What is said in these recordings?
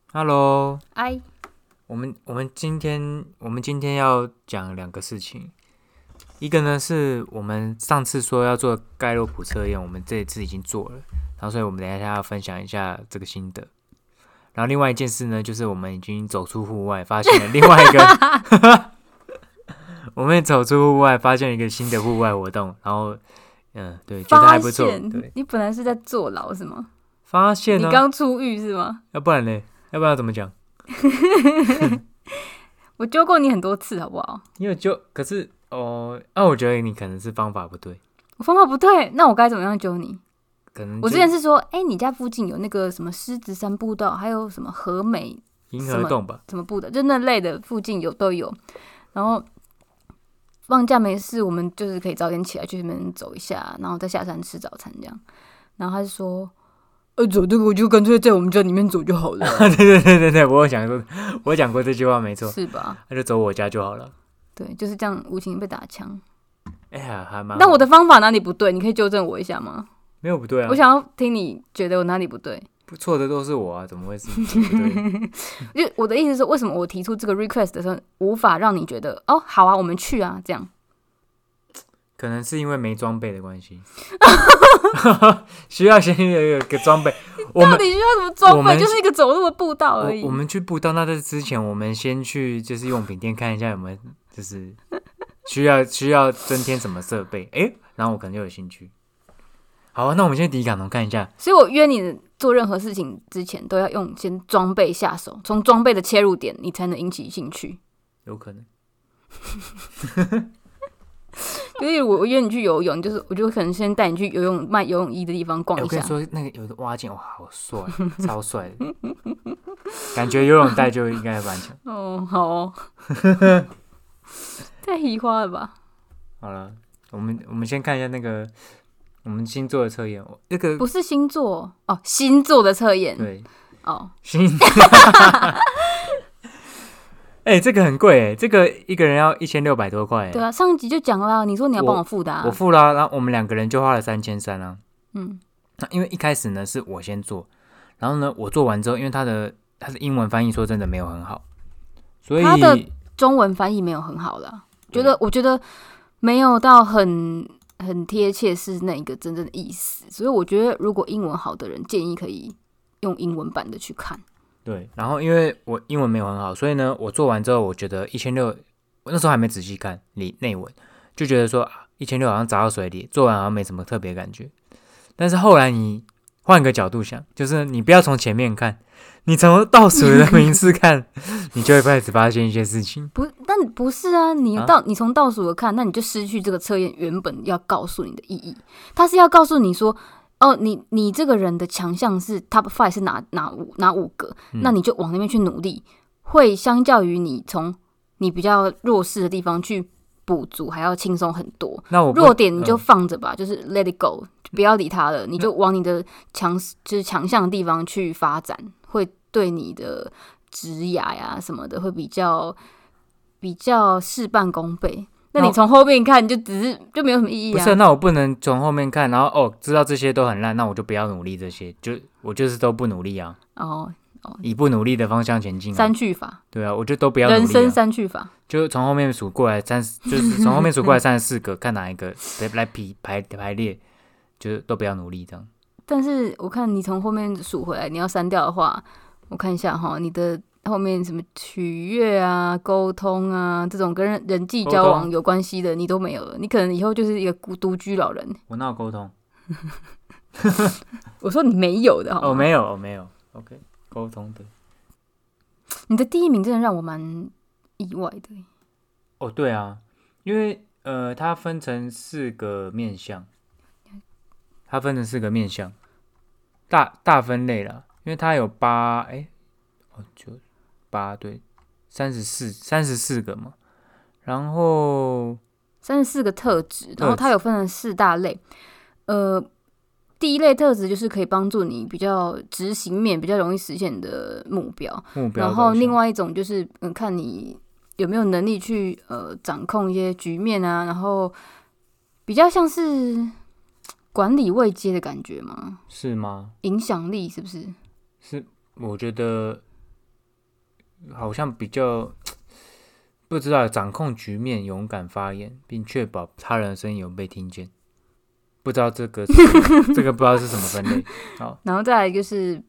Hello， 哎， 我们今天要讲两个事情，一个呢是我们上次说要做盖洛普测验，我们这一次已经做了，然后所以我们等一下要分享一下这个心得。然后另外一件事呢，就是我们已经走出户外，发现了另外一个，我们走出户外，发现了一个新的户外活动，然后对，觉得还不错。对， 你本来是在坐牢是吗？ 发现呢， 你刚出狱是吗？ 要不然呢？要不然要怎么讲？ 我揪过你很多次，好不好？ 因为可是我觉得你可能是方法不对， 我方法不对，那我该怎么样揪你？ 可能我之前是说，你家附近有那个什么狮子山步道，还有什么和美银河洞吧， 什么步道，就那类的附近都有。然后放假没事，我们就是可以早点起来去那边走一下，然后再下山吃早餐这样。然后他就说，走这个我就干脆在我们家里面走就好了。 对，我讲过这句话没错， 是吧？ 那就走我家就好了。 对，就是这样，无情被打枪。 哎呀，还蛮…… 那我的方法哪里不对？你可以纠正我一下吗？ 没有不对啊， 我想要听你觉得我哪里不对。 不错的都是我啊，怎么会是你不对？ 就我的意思是说，为什么我提出这个 request 的时候，无法让你觉得哦，好啊，我们去啊，这样？ 可能是因为没装备的关系，需要先有一个装备。 到底需要什么装备？就是一个走路的步道而已。 我们去步道，那在之前，我们先去就是用品店看一下有没有就是需要增添什么设备。然后我可能就有兴趣。好啊，那我们先迪卡侬看一下。 所以我约你做任何事情之前，都要用先装备下手，从装备的切入点，你才能引起兴趣。 有可能。 所以我约你去游泳，就是我就可能先带你去卖游泳衣的地方逛一下。 我跟你说，那个有一个蛙镜，哇，好帅，超帅的，感觉游泳袋就应该蛮强。 哦，好哦，太奇花了吧？ 好了，我们先看一下那个我们星座的测验，那个不是星座哦，星座的测验。 对哦， 星。这个很贵这个一个人要1600多块。 对啊，上一集就讲了，你说你要帮我付的啊。 我付了然后我们两个人就花了3300啊。 嗯， 那因为一开始呢是我先做，然后呢我做完之后，因为他的英文翻译说真的没有很好，所以他的中文翻译没有很好啦，我觉得没有到很贴切是那一个真正的意思，所以我觉得如果英文好的人建议可以用英文版的去看。 对，然后因为我英文没有很好，所以呢，我做完之后，我觉得1600，我那时候还没仔细看内文，就觉得说1600好像砸到水里，做完好像没什么特别感觉。但是后来你换个角度想，就是你不要从前面看，你从倒数的名次看，你就会开始发现一些事情。 但不是啊，你从倒数的看，那你就失去这个测验原本要告诉你的意义。它是要告诉你说，哦，你这个人的强项是 top 5是哪5个，那你就往那边去努力，会相较于你从你比较弱势的地方去补足还要轻松很多。 那弱点你就放着吧，就是 let it go， 不要理它了，你就往你的就是强项的地方去发展，会对你的职涯呀什么的会比较事半功倍。那你从后面看就没有什么意义啊。 不是，那我不能从后面看，然后知道这些都很烂，那我就不要努力这些，我就是都不努力啊。以不努力的方向前进删去法。 对啊，我就都不要努力人生删去法， 就从后面数过来就是从后面数过来34个，看哪一个来排列，就都不要努力这样。 但是我看你从后面数回来，你要删掉的话，我看一下哈，你的后面什么取悦啊、沟通啊这种跟人际交往有关系的，你都没有了。你可能以后就是一个独居老人。 我哪有沟通？ 我说你没有的哈。 没有。OK， 沟通的。 你的第一名真的让我蛮意外的。 对啊，因为它分成4个面向，大分类啦，因为它有对，34个嘛，然后 34个特质，然后它有分成4大类。第一类特质就是可以帮助你比较执行面比较容易实现你的目标，然后另外一种就是看你有没有能力去掌控一些局面啊，然后比较像是管理位阶的感觉吗？ 是吗？ 影响力是不是？ 是，我觉得好像比较不知道掌控局面、勇敢发言，并确保他人的声音有被听见。不知道这个这个不知道是什么分类。好， 然后再来就是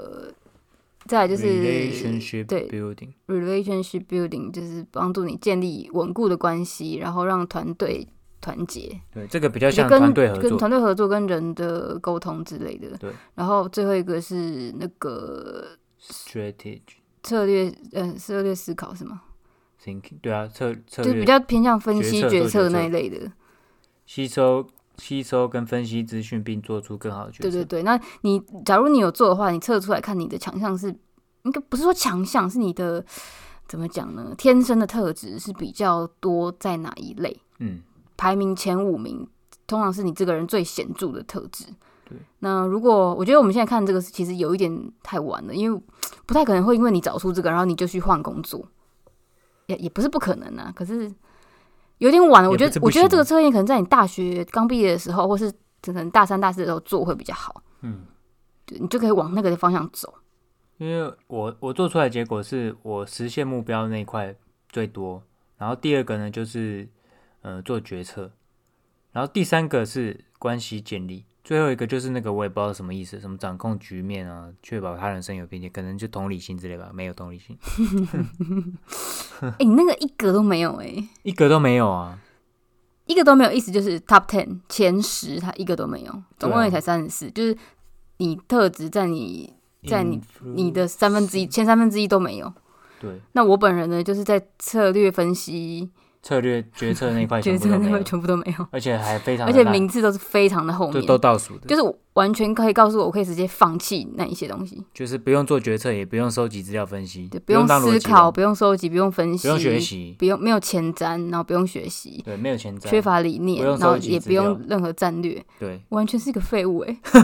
relationship 对 relationship building 就是帮助你建立稳固的关系，然后让团队团结。 对，这个比较像团队合作， 跟团队合作跟人的沟通之类的。 对， 然后最后一个是那个 strategy 策略思考是吗 ？thinking 对啊，策略就是比较偏向分析决策那一类的。 吸收跟分析资讯，并做出更好的决策。 对对对，那假如你有做的话，你测出来看你的强项是，应该不是说强项，是你的怎么讲呢？天生的特质是比较多在哪一类？排名前5名，通常是你这个人最显著的特质。 对。 那如果我觉得我们现在看这个，其实有一点太晚了，因为不太可能会因为你找出这个，然后你就去换工作，也不是不可能啊，可是。有点晚了，我觉得这个测验可能在你大学刚毕业的时候，或是可能大3、大4的时候做会比较好。你就可以往那个方向走。 因为我做出来的结果是我实现目标那一块最多，然后第二个呢就是做决策，然后第3个是关系建立，最后一个就是那个我也不知道什么意思，什么掌控局面啊，确保他人声有偏见，可能就同理心之类吧，没有同理心。 你那个一个都没有一个都没有啊， 一个都没有，意思就是 top 10前10，他一个都没有，总共也才34，就是你特质在你的1/3前1/3都没有。 对， 那我本人呢，就是在策略分析。 策略决策那块全部都没有， 而且还非常， 而且名次都是非常的后面， 都倒数的， 就是完全可以告诉我可以直接放弃那一些东西， 就是不用做决策，也不用收集资料分析， 对，不用思考，不用收集，不用分析， 不用学习， 没有前瞻，然后不用学习， 对，没有前瞻， 缺乏理念，然后也不用任何战略， 对， 完全是一个废物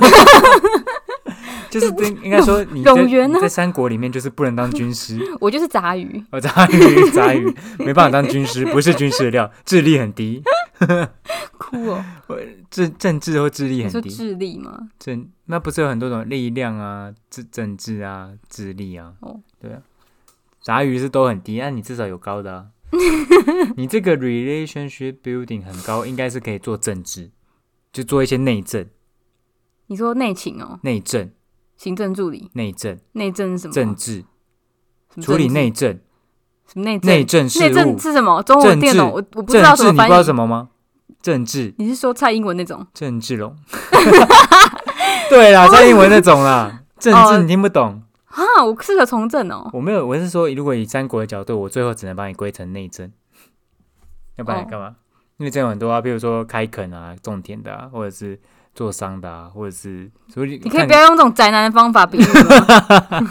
就是应该说你在三国里面就是不能当军师， 我就是杂鱼， 杂鱼没办法当军师，不是军师的料，智力很低， 酷哦， 政治或智力很低， 你说智力吗？ 那不是有很多种力量啊，政治啊，智力啊，对啊，杂鱼是都很低，你至少有高的啊，你这个 relationship building 很高，应该是可以做政治，就做一些内政。 你说内勤哦？ 内政。 行政助理， 内政是什么？ 政治，处理内政， 什么内政事务？ 内政是什么？中文电脑我不知道怎么翻译。 你不知道什么吗？政治？ 你是说蔡英文那种？ 郑志龙？对啦，蔡英文那种啦。政治你听不懂啊？我适合从政哦。 我没有，我是说，如果以三国的角度，我最后只能把你归成内政，要不然你干嘛？因为这有很多啊，比如说开垦啊、种田的啊，或者是。做商的啊，或者是你可以不要用这种宅男的方法比喻吗？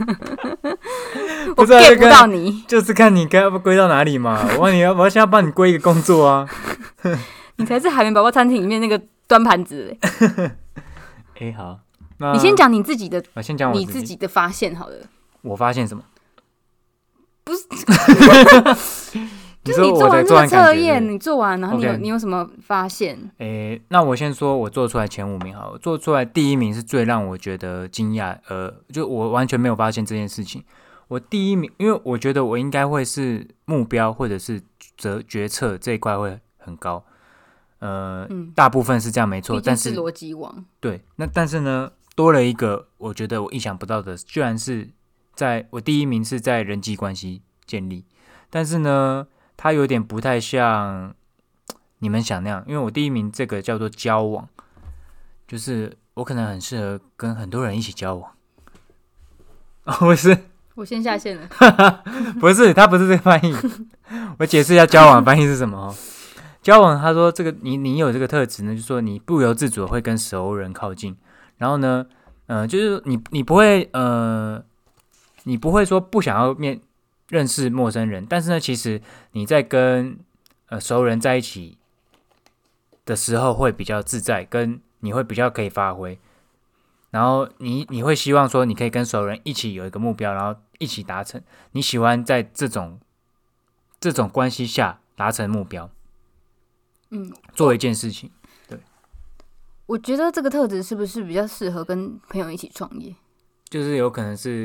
我 get 不到你， 就是看你该不归到哪里嘛。我现在要帮你归一个工作啊。 你才是海绵宝宝餐厅里面那个端盘子好， 你先讲你自己的， 我先讲你自己的发现好了。 我发现什么？ 不是。就是你做完这个测验，你做完，然后你有什么发现？ 那我先说我做出来前5名好了，做出来第1名是最让我觉得惊讶，就我完全没有发现这件事情。我第1名，因为我觉得我应该会是目标或者是决策这一块会很高，大部分是这样没错，但是逻辑网对，但是呢，多了一个我觉得我意想不到的，居然是在我第1名是在人际关系建立，但是呢。它有点不太像你们想那样，因为我第1名这个叫做交往，就是我可能很适合跟很多人一起交往。不是， 我先下线了。 不是，他不是这个翻译。我解释一下交往的翻译是什么。交往，他说这个你有这个特质呢，就是说你不由自主会跟熟人靠近，然后呢，就是你不会你不会说不想要认识陌生人，但是呢，其实你在跟熟人在一起的时候会比较自在，跟你会比较可以发挥，然后你会希望说你可以跟熟人一起有一个目标，然后一起达成。你喜欢在这种关系下达成目标，做一件事情。对， 我觉得这个特质是不是比较适合跟朋友一起创业？ 就是有可能是。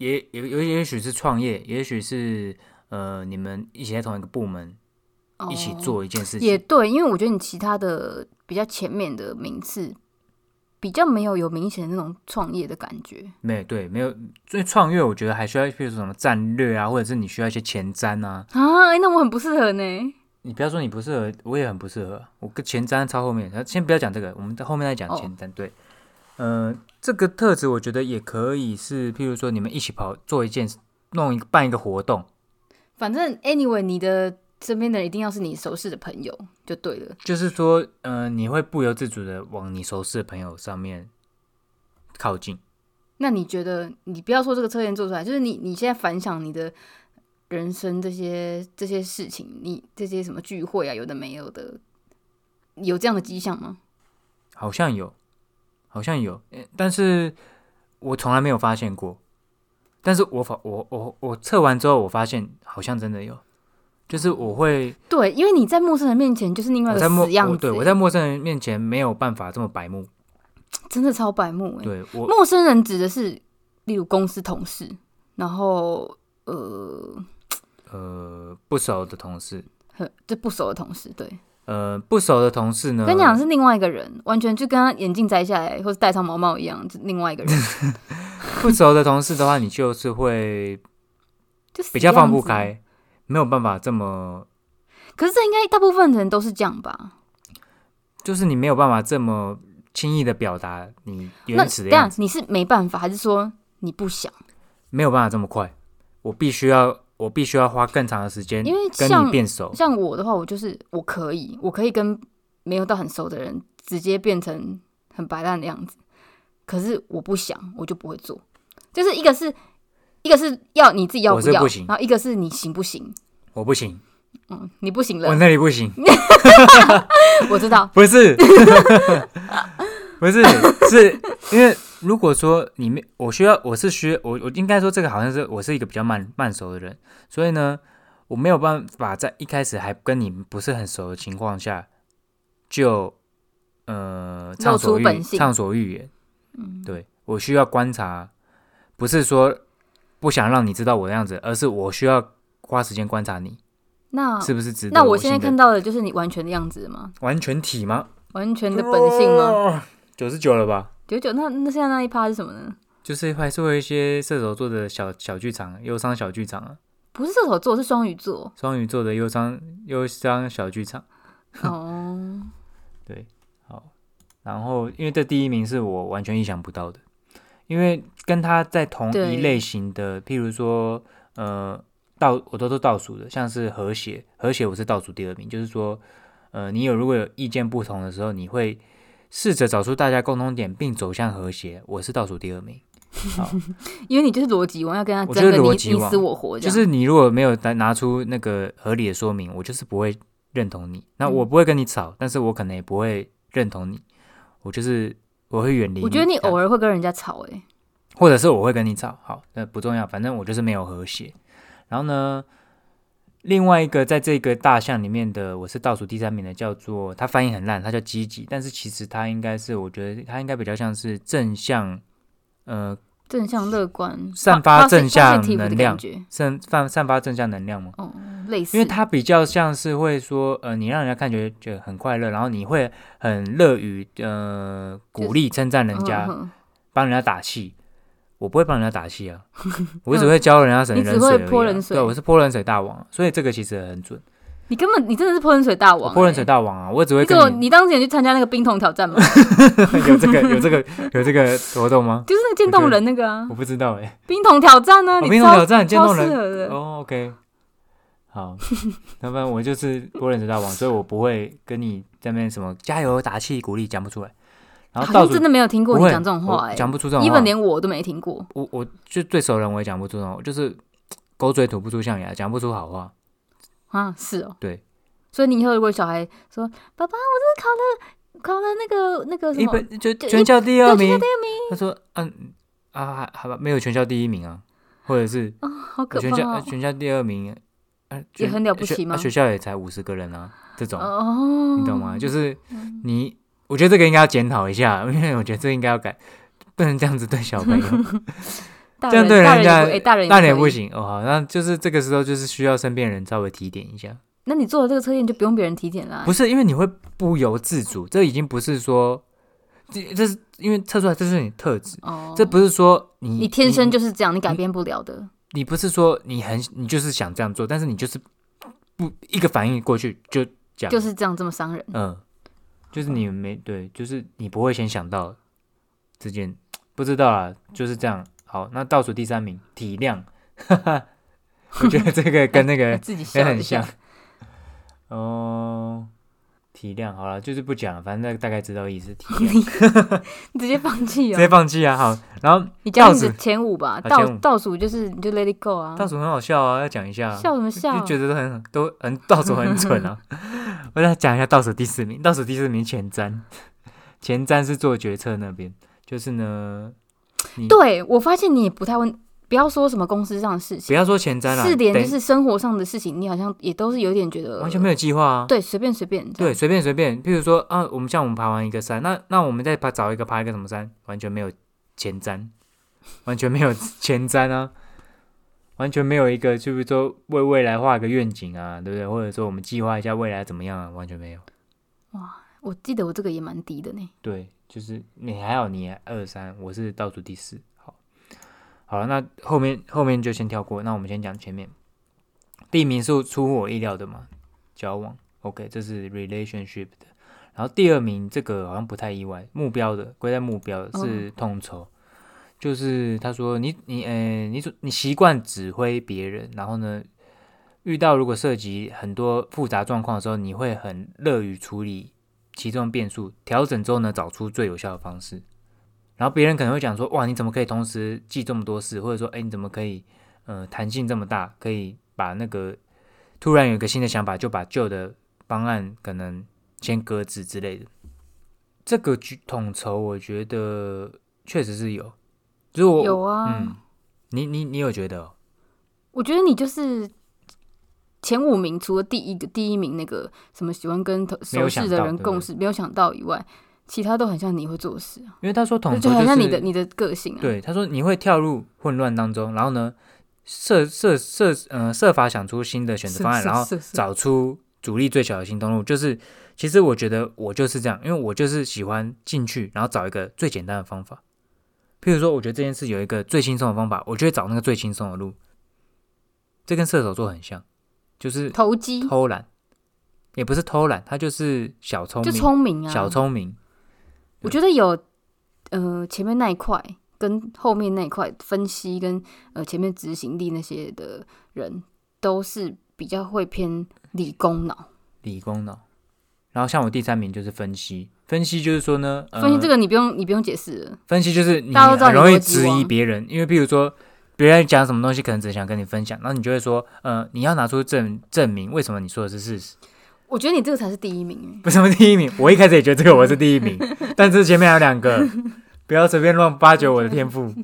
也许是创业，也许是你们一起在同一个部门一起做一件事情。 也对，因为我觉得你其他的比较前面的名次比较没有明显的那种创业的感觉。 没有，所以创业我觉得还需要，譬如说什么战略啊，或者是你需要一些前瞻啊。 那我很不适合呢。 你不要说你不适合，我也很不适合。我跟前瞻超后面，先不要讲这个，我们后面再讲前瞻。对，这个特质我觉得也可以是，譬如说你们一起做一件，办一个活动。 反正 anyway， 你的身边的人一定要是你熟识的朋友就对了。 就是说，你会不由自主的往你熟识的朋友上面靠近。 那你觉得，你不要说这个测验做出来，就是你现在反想你的人生这些事情，你这些什么聚会啊，有的没有的，有这样的迹象吗？ 好像有，但是我从来没有发现过。但是我测完之后，我发现好像真的有，就是我会对，因为你在陌生人面前就是另外一个死样子。 对，我在陌生人面前没有办法这么白目， 真的超白目。 对， 陌生人指的是，例如公司同事，然后不熟的同事， 就不熟的同事，对。 不熟的同事呢？ 跟你讲是另外一个人，完全就跟他眼镜摘下来或是戴上毛毛一样，就另外一个人。 不熟的同事的话，你就是会比较放不开，没有办法这么。 可是这应该大部分人都是这样吧？ 就是你没有办法这么轻易的表达你原始的样子。 你是没办法，还是说你不想？ 没有办法这么快，我必须要花更长的时间， 因为跟你变熟。 像我的话，我可以跟没有到很熟的人直接变成很白烂的样子。可是我不想，我就不会做。就是一个是要你自己要不要，然后一个是你行不行。 我不行。 你不行了。 我那里不行。 我知道。 不是。不是，是因为如果说我应该说这个好像是我是一个比较慢熟的人，所以呢，我没有办法在一开始还跟你不是很熟的情况下就畅所欲言。对，我需要观察，不是说不想让你知道我的样子，而是我需要花时间观察你， 那是不是值得？ 那我现在看到的就是你完全的样子吗？ 完全体吗？ 完全的本性吗 ？99了吧 ？99，那现在那一趴是什么呢？ 就是还是会有一些射手座的小剧场，忧伤小剧场啊。 不是射手座，是双鱼座。 双鱼座的忧伤小剧场。对，好。然后，因为这第一名是我完全意想不到的，因为跟他在同一类型的，譬如说，我都是倒数的，像是和谐我是倒数第2名，就是说，你如果有意见不同的时候，你会试着找出大家共同点，并走向和谐。我是倒数第2名。 因为你就是逻辑王，要跟他争个你死我活， 就是你如果没有拿出那个合理的说明，我就是不会认同你。那我不会跟你吵，但是我可能也不会认同你。我会远离你。 我觉得你偶尔会跟人家吵， 或者是我会跟你吵。好，那不重要，反正我就是没有和谐。然后呢，另外一个在这个大项里面的，我是倒数第3名的，叫做他翻译很烂，他叫积极，但是其实他应该是，我觉得他应该比较像是正向乐观， 散发正向能量，散发正向能量吗？ 类似， 因为他比较像是会说，你让人家看觉得很快乐，然后你会很乐于鼓励称赞人家，帮人家打气。我不会帮人家打气啊，我只会教人家省冷水而已。 你只会泼冷水， 对，我是泼冷水大王，所以这个其实很准。 你真的是泼冷水大王， 泼冷水大王啊！我只会你当时有去参加那个冰桶挑战吗？ 有这个活动吗？ 就是那个渐冻人那个啊， 我不知道冰桶挑战啊， 冰桶挑战渐冻人超适合的。 OK， 好，要不然我就是泼冷水大王，所以我不会跟你在那边什么加油打气鼓励，讲不出来。然后好像真的没有听过你讲这种话， 讲不出这种话， even 连我都没听过。 我就最熟人我也讲不出这种，就是狗嘴吐不出象牙，讲不出好话啊。是哦， 对。 所以你以后如果小孩说：“爸爸，我这考了那个什么， 就全校第2名。”他说：“好吧，没有全校第1名啊，或者是好可怕全校第2名， 也很了不起吗？ 学校也才50个人啊，这种你懂吗？就是我觉得这个应该要检讨一下，因为我觉得这个应该要改，不能这样子对小朋友。 这样对人家大人也不行哦。好，那就是这个时候就是需要身边人稍微提点一下。 那你做了这个测验就不用别人提点啦。 不是，因为你会不由自主，这已经不是说，这是因为测出来这是你的特质，这不是说你天生就是这样，你改变不了的。 你不是说你就是想这样做，但是你就是不一个反应过去就这样， 就是这样这么伤人。 就是你没对，就是你不会先想到这件，不知道啦，就是这样。好，那倒数第3名体谅，我觉得这个跟那个也很像。体谅好了，就是不讲，反正大概知道意思。体谅， 你直接放弃直接放弃啊！好，然后你讲你的前5吧，倒数就是你就 let it go 啊。 倒数很好笑啊，要讲一下。 笑什么笑？ 就觉得都很倒数很蠢啊。我再讲一下倒数第4名，倒数第4名前瞻是做决策那边，就是呢。 对，我发现你也不太会。不要说什么公司上的事情， 不要说前瞻啦， 连就是生活上的事情，你好像也都是有点觉得完全没有计划啊。 对，随便， 对，随便。譬如说啊，我们爬完一个山，那我们再找一个爬一个什么山，完全没有前瞻，完全没有前瞻啊，完全没有一个就是说为未来画一个愿景啊，对不对？或者说我们计划一下未来怎么样啊，完全没有。 哇，我记得我这个也蛮低的呢。 对，就是你还好，你2、3，我是倒数第4。好了，那后面就先跳过。那我们先讲前面。第1名是出乎我意料的嘛，交往 ，OK， 这是 relationship 的。然后第2名这个好像不太意外，目标的归在目标的是统筹，就是他说你习惯指挥别人，然后呢，遇到如果涉及很多复杂状况的时候，你会很乐于处理其中的变数，调整之后呢，找出最有效的方式。然后别人可能会讲说，哇，你怎么可以同时记这么多事？或者说，你怎么可以弹性这么大，可以把那个突然有一个新的想法，就把旧的方案可能先搁置之类的。这个统筹，我觉得确实是有，就是有啊。 你有觉得？ 我觉得你就是前5名，除了第一名那个什么喜欢跟熟识的人共事，没有想到以外。其他都很像你会做的事啊， 因为他说统筹就很像你的个性啊。 对，他说你会跳入混乱当中，然后呢，设法想出新的选择方案，然后找出阻力最小的新通路。就是其实我觉得我就是这样，因为我就是喜欢进去，然后找一个最简单的方法。譬如说，我觉得这件事有一个最轻松的方法，我就会找那个最轻松的路。这跟射手座很像，就是投机、 偷懒，也不是偷懒，他就是小聪明， 就聪明啊， 小聪明。 我觉得有前面那一块跟后面那一块分析跟前面执行力那些的人都是比较会偏理工脑。 然后像我第3名就是分析就是说呢， 分析这个你不用解释了。 分析就是你很容易质疑别人，因为譬如说别人讲什么东西，可能只想跟你分享，然后你就会说，你要拿出证明为什么你说的是事实。 我觉得你这个才是第1名。 不是什么第1名，我一开始也觉得这个我是第1名，但是前面还有2个，不要随便乱挖掘我的天赋。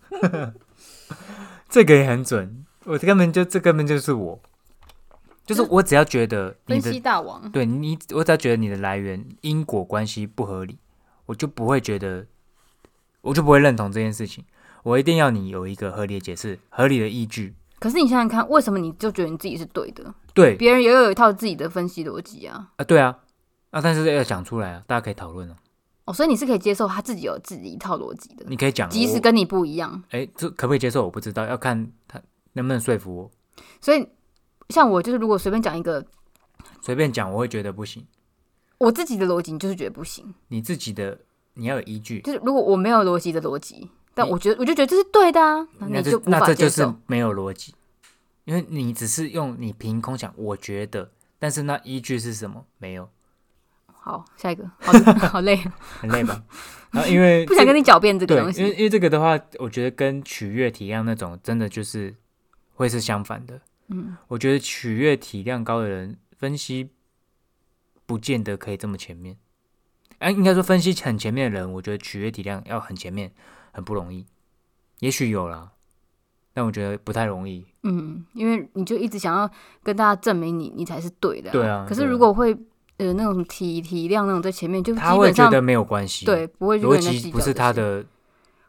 这个也很准，这根本就是我，就是我只要觉得你的分析大王， 对你，我只要觉得你的来源因果关系不合理，我就不会认同这件事情，我一定要你有一个合理的解释，合理的依据。 可是你想想看，为什么你就觉得你自己是对的？ 对， 别人也有一套自己的分析逻辑啊。 对啊，但是要讲出来啊，大家可以讨论哦。所以你是可以接受他自己有自己一套逻辑的。 你可以讲， 即使跟你不一样。 这可不可以接受？我不知道，要看他能不能说服我。 所以，像我就是如果随便讲一个， 随便讲，我会觉得不行。 我自己的逻辑，你就是觉得不行。 你自己的你要有依据。 就是如果我没有逻辑的逻辑。但我就觉得这是对的啊，那这就是没有逻辑，因为你只是用你凭空想，我觉得，但是那依据是什么？没有。 好，下一个，好累， 很累吧？然后因为不想跟你狡辩这个东西， 因为这个的话，我觉得跟取悦体谅那种真的就是会是相反的。我觉得取悦体谅高的人分析不见得可以这么前面。应该说分析很前面的人，我觉得取悦体谅要很前面。很不容易，也许有啦，但我觉得不太容易。 因为你就一直想要跟大家证明你才是对的。 对啊。 可是如果会那种什么体谅那种在前面，就他会觉得没有关系。 对，不会逻辑不是他的，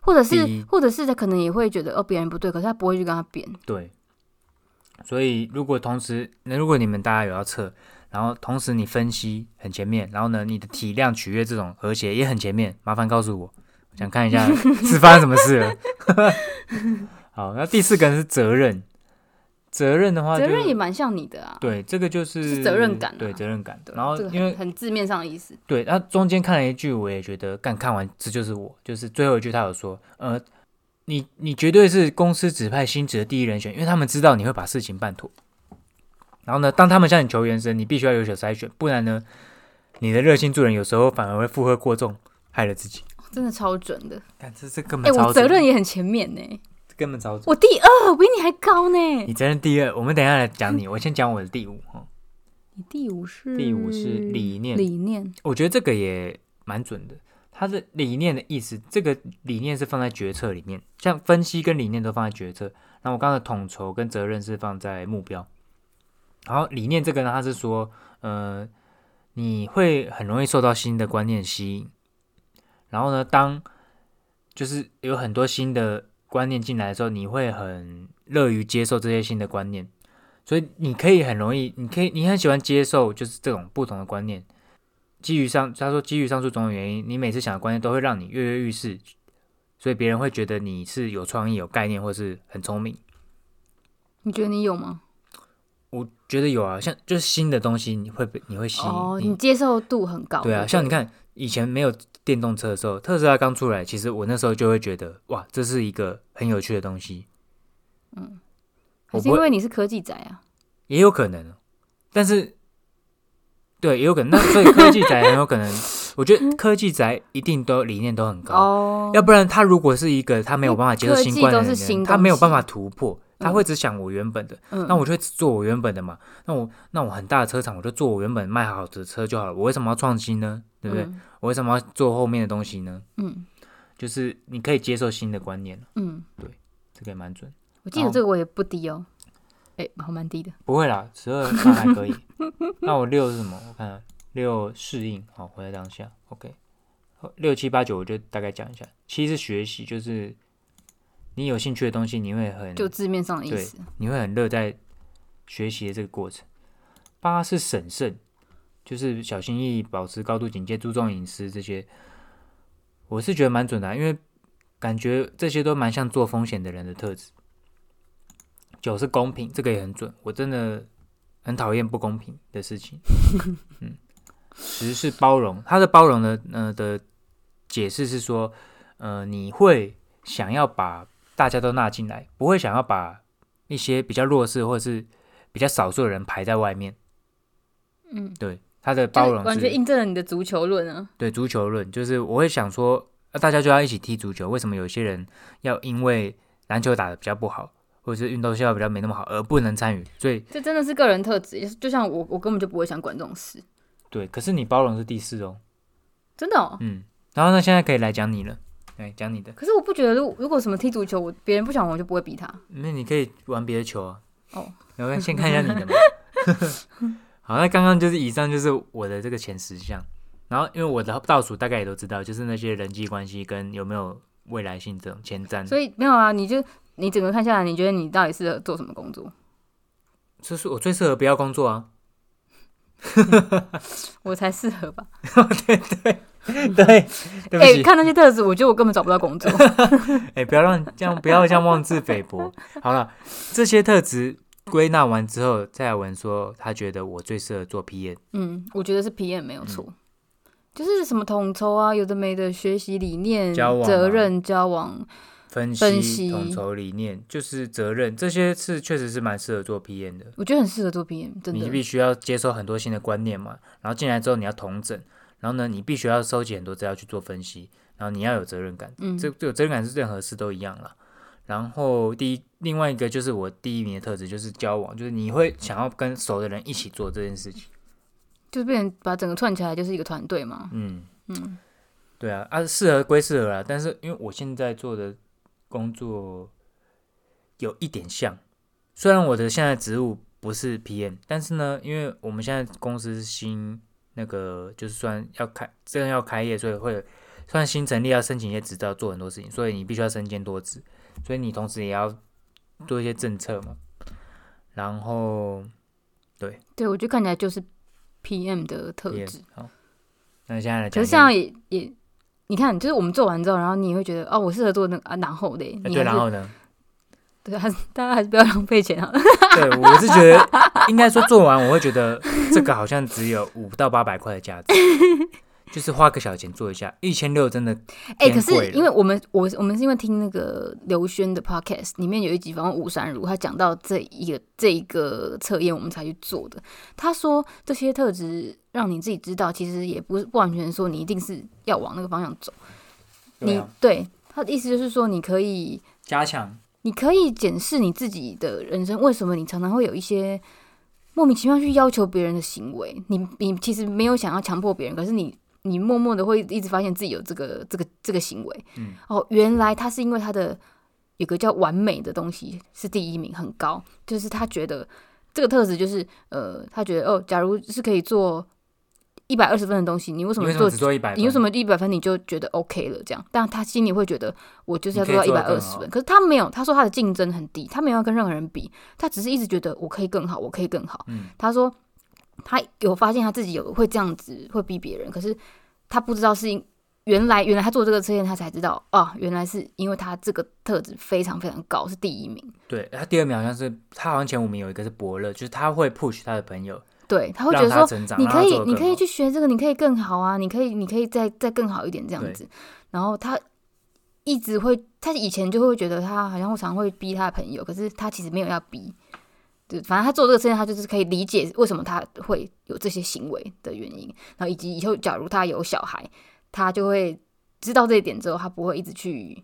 或者是他可能也会觉得别人不对，可是他不会去跟他辩。 对，所以如果你们大家有要测，然后同时你分析很前面，然后呢你的体谅取悦这种和谐也很前面，麻烦告诉我，我想看一下是发生什么事了。好，那第4个是责任。责任的话，责任也蛮像你的啊。 对，这个就是责任感、 对，责任感。然后因为很字面上的意思。 对，那中间看了一句，我也觉得看完这就是我，就是最后一句他有说，你绝对是公司指派新职的第一人选，因为他们知道你会把事情办妥。然后呢，当他们向你求援时，你必须要有所筛选，不然呢，你的热心助人有时候反而会负荷过重，害了自己。 真的超准的， 这根本超准。 我责任也很前面呢， 根本超准。 我第2，我比你还高呢。 你责任第2，我们等一下来讲你，我先讲我的第5。 你第5是理念。 理念， 我觉得这个也蛮准的。它的理念的意思，这个理念是放在决策里面，像分析跟理念都放在决策。然后我刚才统筹跟责任是放在目标。然后理念这个呢，它是说，你会很容易受到新的观念吸引。然后呢，当就是有很多新的观念进来的时候，你会很乐于接受这些新的观念，所以你可以很容易，你很喜欢接受就是这种不同的观念。他说基于上述种种原因，你每次想的观念都会让你跃跃欲试，所以别人会觉得你是有创意、有概念，或是很聪明。 你觉得你有吗？ 我觉得有啊，像就是新的东西你会吸引， 你接受度很高。 对啊，像你看以前没有电动车的时候，特斯拉刚出来，其实我那时候就会觉得哇，这是一个很有趣的东西。 还是因为你是科技宅啊？ 也有可能，但是对，也有可能。那所以科技宅很有可能，我觉得科技宅一定都理念都很高，要不然他如果是一个他没有办法接受新观念的人，他没有办法突破。他会只想我原本的，那我就会只做我原本的嘛。那我很大的车厂，我就做我原本卖好的车就好了。我为什么要创新呢？对不对？我为什么要做后面的东西呢？就是你可以接受新的观念。对，这个也蛮准。 我记得这个我也不低哦，好蛮低的。 不会啦，12算还可以。那我6是什么？我看6适应，好，活在当下。OK， 6、7、8、9我就大概讲一下。7是学习，就是你有兴趣的东西，你会很就字面上的意思， 你会很乐在学习的这个过程。8是审慎，就是小心翼翼，保持高度警戒，注重隐私这些，我是觉得蛮准的因为感觉这些都蛮像做风险的人的特质。9是公平，这个也很准，我真的很讨厌不公平的事情。10是包容，它的包容的解释是说，你会想要把大家都纳进来，不会想要把一些比较弱势或是比较少数的人排在外面。对，他的包容是完全印证了你的足球论啊。 对，足球论就是我会想说，大家就要一起踢足球，为什么有些人要因为篮球打得比较不好，或者是运动效果比较没那么好而不能参与？所以这真的是个人特质，就像我根本就不会想管这种事。 对，可是你包容是第4哦， 真的哦。 然后呢，现在可以来讲你了。讲你的。 可是我不觉得，如果什么踢足球，别人不想玩，我就不会逼他。 那你可以玩别的球啊。然后先看一下你的嘛。好，那刚刚就是以上就是我的这个前10项。然后因为我的倒数大概也都知道，就是那些人际关系跟有没有未来性这种前瞻。 所以没有啊，你整个看下来，你觉得你到底适合做什么工作？ 就是我最适合不要工作啊。 我才适合吧。 对不起。 看那些特质，我觉得我根本找不到工作。 不要这样妄自菲薄。好了，这些特质归纳完之后，蔡雅文说他觉得我最适合做 PM。 我觉得是 PM 没有错。就是什么统筹啊，有的没的，学习理念、责任、交往、 分析、统筹理念，就是责任，这些是确实是蛮适合做 PM 的。 我觉得很适合做 PM， 真的。 你必须要接受很多新的观念嘛，然后进来之后你要统整，然后呢，你必须要收集很多资料去做分析，然后你要有责任感。这有责任感是任何事都一样啦。然后另外一个就是我第1名的特质，就是交往，就是你会想要跟熟的人一起做这件事情。 就变成把整个串起来就是一个团队嘛。 对啊，适合归适合啦，但是因为我现在做的工作有一点像，虽然我的现在职务不是 PM， 但是呢，因为我们现在公司新那个就是算真的要开业，所以会算新成立要申请一些执照，做很多事情，所以你必须要身兼多职，所以你同时也要做一些政策嘛。然后，对， 我觉得看起来就是 PM 的特质。 好，那现在来讲， 可是像也，你看，就是我们做完之后，然后你也会觉得，哦，我适合做那个然后嘞， 对，然后呢？ 对，大家还是不要浪费钱啊。 对，我是觉得应该说做完，我会觉得这个好像只有500到800块的价值。就是花个小钱做一下，1600真的偏贵了。 可是因为我们是因为听那个刘轩的 podcast 里面有一集访问吴珊如，他讲到这一个测验，我们才去做的。他说这些特质让你自己知道，其实也不完全说你一定是要往那个方向走。对他的意思就是说，你可以加强， 你可以检视你自己的人生，为什么你常常会有一些莫名其妙去要求别人的行为？你其实没有想要强迫别人，可是你默默的会一直发现自己有这个行为，原来他是因为他的有个叫完美的东西是第一名，很高，就是他觉得这个特质就是他觉得假如是可以做120分的东西，你为什么只做100分？ 你为什么100分你就觉得 OK 了？这样，但他心里会觉得我就是要做到120分，可是他没有，他说他的竞争很低，他没有要跟任何人比，他只是一直觉得我可以更好，我可以更好。他说他有发现他自己会这样子会逼别人，可是他不知道是原来他做这个测验，他才知道原来是因为他这个特质非常非常高，是第一名。 对，他第2名好像是他好像前5名有一个是伯乐，就是他会 push 他的朋友， 对，他会觉得说你可以去学这个，你可以更好啊，你可以再更好一点这样子。然后他一直会，他以前就会觉得他好像常会逼他的朋友，可是他其实没有要逼。对，反正他做这个测验，他就是可以理解为什么他会有这些行为的原因，然后以及以后假如他有小孩，他就会知道这一点之后，他不会一直去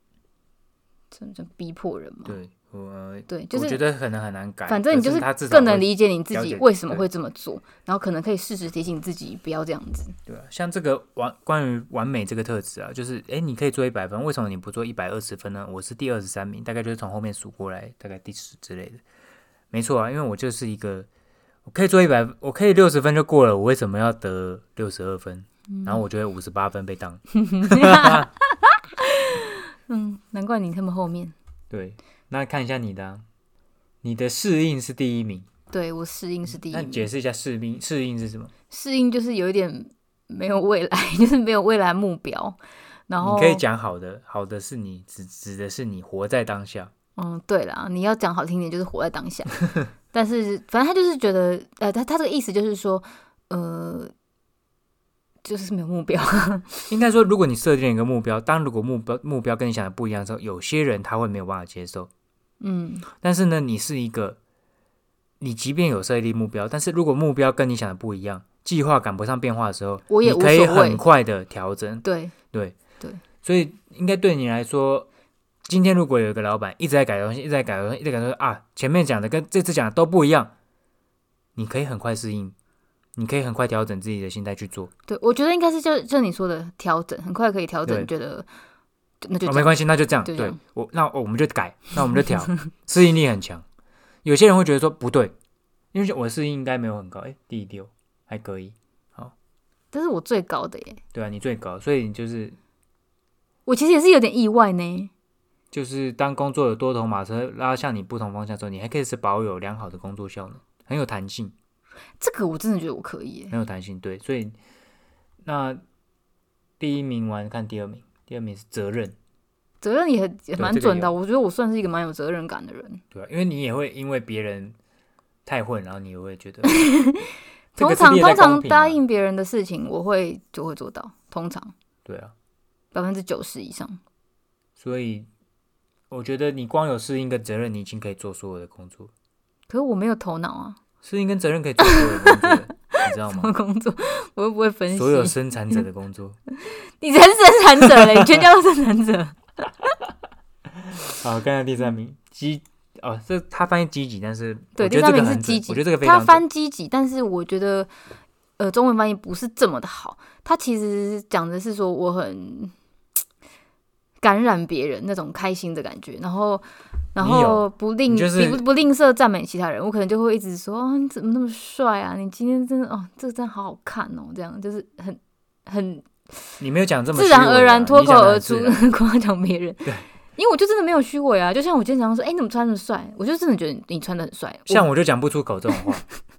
逼迫人嘛。对，就是我觉得可能很难改。 反正你就是更能理解你自己为什么会这么做，然后可能可以适时提醒自己不要这样子。 对啊，像这个关于完美这个特质啊，就是你可以做100分，为什么你不做120分呢？我是第23名，大概就是从后面数过来，大概第10之类的。没错啊，因为我就是一个，我可以做100，我可以60分就过了，我为什么要得62分？然后我觉得58分被当。 难怪你他们后面。 对，那看一下你的啊，你的适应是第1名。 对，我适应是第1名。 那解释一下适应是什么？ 适应就是有一点没有未来，就是没有未来目标。然后你可以讲好的，好的是你指的是你活在当下。 对啦，你要讲好听点就是活在当下。但是反正他就是觉得，他这个意思就是说，就是没有目标。 应该说，如果你设定一个目标，如果目标跟你想的不一样的时候，有些人他会没有办法接受。但是呢，你是一个，你即便有设定目标，但是如果目标跟你想的不一样，计划赶不上变化的时候，你可以很快的调整。 对， 所以应该对你来说，今天如果有一个老板一直在改东西，一直在改东西啊，前面讲的跟这次讲的都不一样，你可以很快适应，你可以很快调整自己的心态去做。 对，我觉得应该是就你说的调整，很快可以调整，觉得那就没关系，那就这样。对，那我们就改，那我们就调，适应力很强。有些人会觉得说不对，因为我的适应应该没有很高，第6还可以。好， 这是我最高的耶。 对啊，你最高，所以你就是我其实也是有点意外呢。 就是当工作有多头马车拉向你不同方向的时候，你还可以是保有良好的工作效能，很有弹性。 这个我真的觉得我可以耶， 很有弹性。对，所以那第1名完看第2名，第2名是责任也蛮准的。我觉得我算是一个蛮有责任感的人。 对啊，因为你也会因为别人太混，然后你也会觉得通常答应别人的事情，就会做到。通常对啊 ，90%以上。 所以我觉得你光有适应跟责任，你已经可以做所有的工作。 可是我没有头脑啊。 适应跟责任可以做所有的工作，你知道吗？ 什么工作？我又不会分析。 所有生产者的工作。 你才是生产者嘞！你全家都生产者。 好，刚才第3名这他翻译积极，但是对，第3名是积极。 我觉得这个非常他翻积极，但是我觉得中文翻译不是这么的好。他其实讲的是说我很感染别人那种开心的感觉，然后不吝啬赞美其他人，我可能就会一直说你怎么那么帅啊？你今天真的这个真的好好看哦，这样就是很你没有讲这么自然而然脱口而出夸奖别人。对，因为我就真的没有虚伪啊。就像我今天早上说，你怎么穿那么帅？我就真的觉得你穿的很帅。 像我就讲不出口这种话。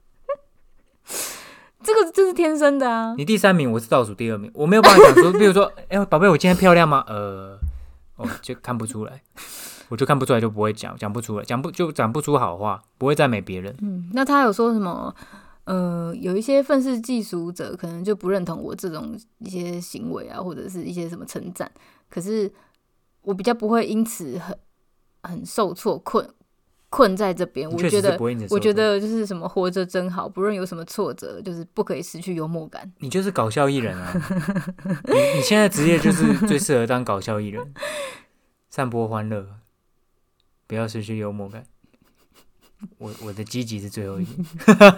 这是天生的啊。 你第3名，我是倒数第2名，我没有办法讲说，比如说，宝贝，我今天漂亮吗？就看不出来。我就看不出来，就不会讲不出来，讲不出好话，不会赞美别人。 那他有说什么？有一些愤世嫉俗者可能就不认同我这种一些行为啊，或者是一些什么称赞。可是我比较不会因此很受挫困在这边。我觉得就是什么活着真好，不论有什么挫折，就是不可以失去幽默感。 你就是搞笑艺人啊！你现在职业就是最适合当搞笑艺人，散播欢乐。不要失去幽默感。我的积极是最后一名。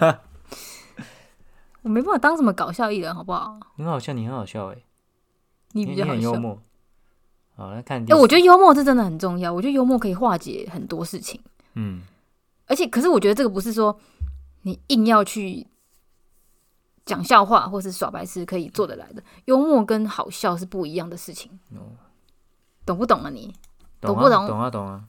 我没办法当什么搞笑艺人，好不好？ 很好笑，你很好笑你比较好笑， 你很幽默。好，来看。 我觉得幽默是真的很重要。我觉得幽默可以化解很多事情。可是我觉得这个不是说你硬要去讲笑话或是耍白痴可以做得来的。幽默跟好笑是不一样的事情。懂不懂啊你？懂不懂？ 懂啊。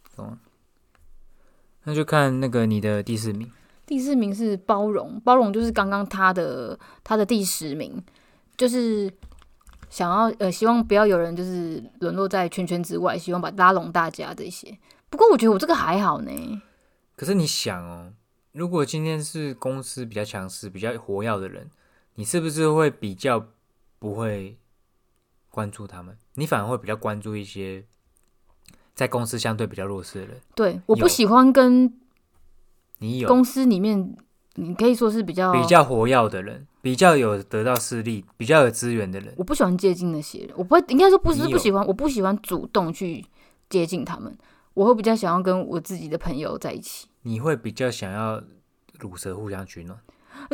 那就看那个你的第4名。 第4名是包容，包容就是刚刚他的第10名，就是想要希望不要有人就是沦落在圈圈之外，希望把拉拢大家这些。不过我觉得我这个还好呢。 可是你想如果今天是公司比较强势、比较活跃的人，你是不是会比较不会关注他们？你反而会比较关注一些在公司相对比较弱势的人。 对，我不喜欢跟公司里面，你可以说是比较活跃的人，比较有得到势力、比较有资源的人。 我不喜欢接近那些人，我不会，应该说不是不喜欢，我不喜欢主动去接近他们。我会比较想要跟我自己的朋友在一起。你会比较想要乳蛇互相取暖。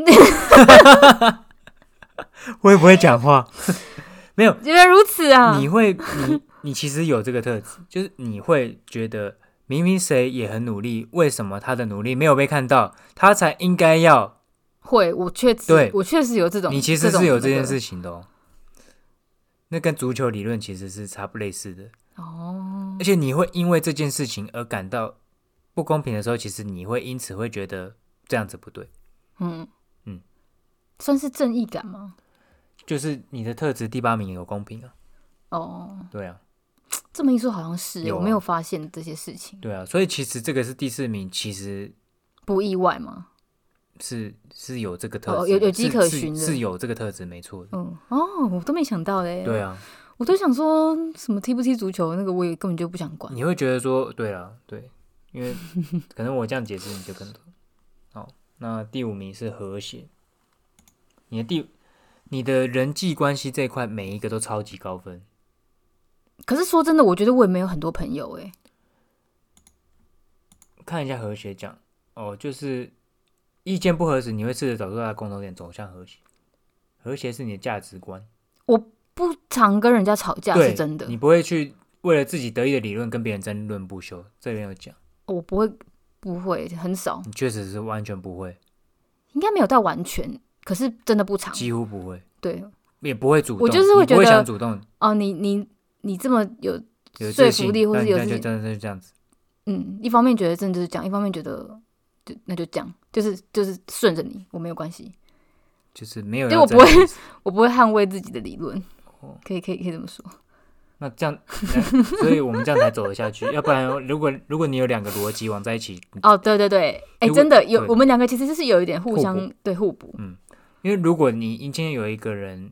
会不会讲话？没有， 原来如此啊！ 你其实有这个特质，就是你会觉得明明谁也很努力，为什么他的努力没有被看到，他才应该要？ 我确实有这种， 你其实是有这件事情的那跟足球理论其实是差不类似的而且你会因为这件事情而感到不公平的时候，其实你会因此会觉得这样子不对。 算是正义感吗？ 就是你的特质第8名有公平对啊， 这么一说好像是我没有发现这些事情。 对啊，所以其实这个是第4名，其实不意外吗？ 是有这个特质， 有迹可循的， 是有这个特质，没错的。 我都没想到嘞。 对啊， 我都想说什么踢不踢足球那个，我也根本就不想管。 你会觉得说，对啦，对，因为可能我这样解释你就更懂。好，那第5名是和谐。你的人际关系这一块，每一个都超级高分。 可是说真的，我觉得我也没有很多朋友看一下和谐讲就是意见不合时，你会试着找出它的共同点，走向和谐。和谐是你的价值观。我不常跟人家吵架，是真的。 你不会去为了自己得意的理论跟别人争论不休。这边有讲， 我不会，很少。 你确实是完全不会， 应该没有到完全。可是真的不常， 几乎不会， 对， 也不会主动， 我就是会觉得， 你不会想主动你这么有说服力，或是有自信，真的就这样子。 一方面觉得真的就是这样，一方面觉得那就这样，就是顺着你，我没有关系， 就是没有， 就我不会捍卫自己的理论，可以这么说。 那这样，所以我们这样才走得下去。要不然，如果你有2个逻辑往在一起， 对，真的有，我们2个其实就是有一点互相互补。 因为如果你今天有一个人，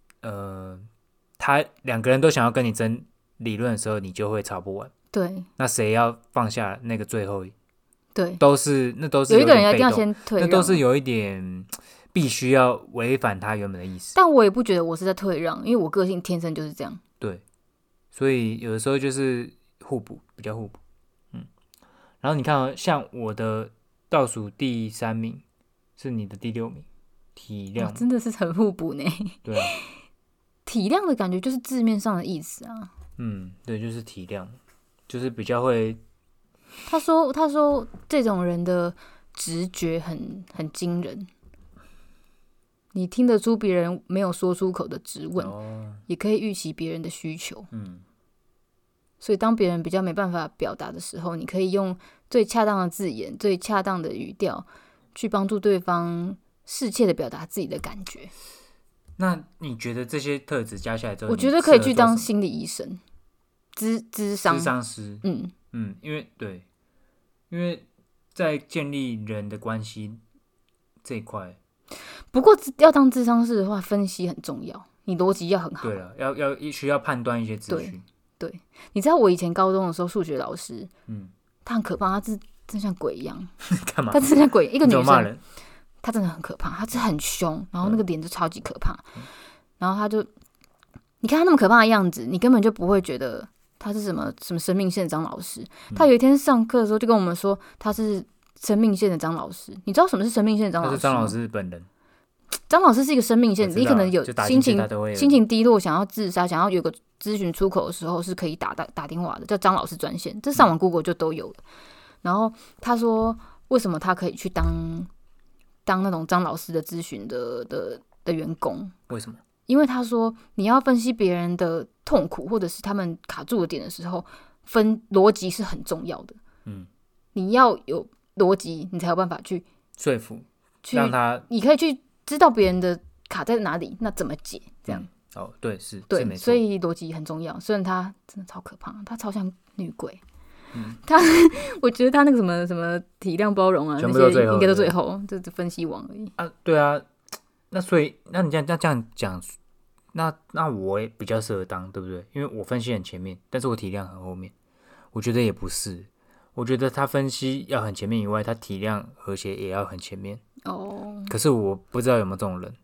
他2个人都想要跟你争理论的时候，你就会吵不完。 对， 那谁要放下那个最后？ 对， 都是有一个人一定要先退让， 那都是有一点必须要违反他原本的意思。 但我也不觉得我是在退让，因为我个性天生就是这样。 对，所以有的时候就是互补，比较互补。然后你看像我的倒数第3名是你的第6名。体谅真的是很互补呢。 对啊， 体谅的感觉就是字面上的意思啊。 对，就是体谅，就是比较会。 他说这种人的直觉很惊人。 你听得出别人没有说出口的质问，也可以预期别人的需求。所以当别人比较没办法表达的时候，你可以用最恰当的字眼、最恰当的语调，去帮助对方适切的表达自己的感觉。 那你觉得这些特质加起来之后， 我觉得可以去当心理医生、咨商师。 因为在建立人的关系这一块。 不过要当咨商师的话，分析很重要，你逻辑要很好。 对了，需要判断一些资讯。 对，你知道我以前高中的时候，数学老师，他很可怕，他真像鬼一样。 干嘛？ 他真像鬼，一个女生， 骂人， 他真的很可怕，他是很凶，然后那个脸就超级可怕，然后他就，你看他那么可怕的样子，你根本就不会觉得他是什么生命线的张老师。他有一天上课的时候就跟我们说，他是生命线的张老师。你知道什么是生命线的张老师吗？ 他是张老师本人。 张老师是一个生命线，你可能有心情低落，想要自杀，想要有个咨询出口的时候，是可以打电话的，叫张老师专线。这上网 Google 就都有了。然后他说，为什么他可以去当那种张老师的咨询的员工？ 为什么？ 因为他说，你要分析别人的痛苦，或者是他们卡住的点的时候，逻辑是很重要的。你要有逻辑，你才有办法去说服，让他， 你可以去知道别人的卡在哪里，那怎么解？这样。 对，是， 对， 没错。 所以逻辑很重要。虽然他真的超可怕，他超像女鬼。我觉得他那个什么体谅包容啊，那些应该都最后，这分析网而已啊。对啊，那所以那你这样讲，那我也比较适合当，对不对？因为我分析很前面，但是我体谅很后面。我觉得也不是，我觉得他分析要很前面以外，他体谅和谐也要很前面。可是我不知道有没有这种人。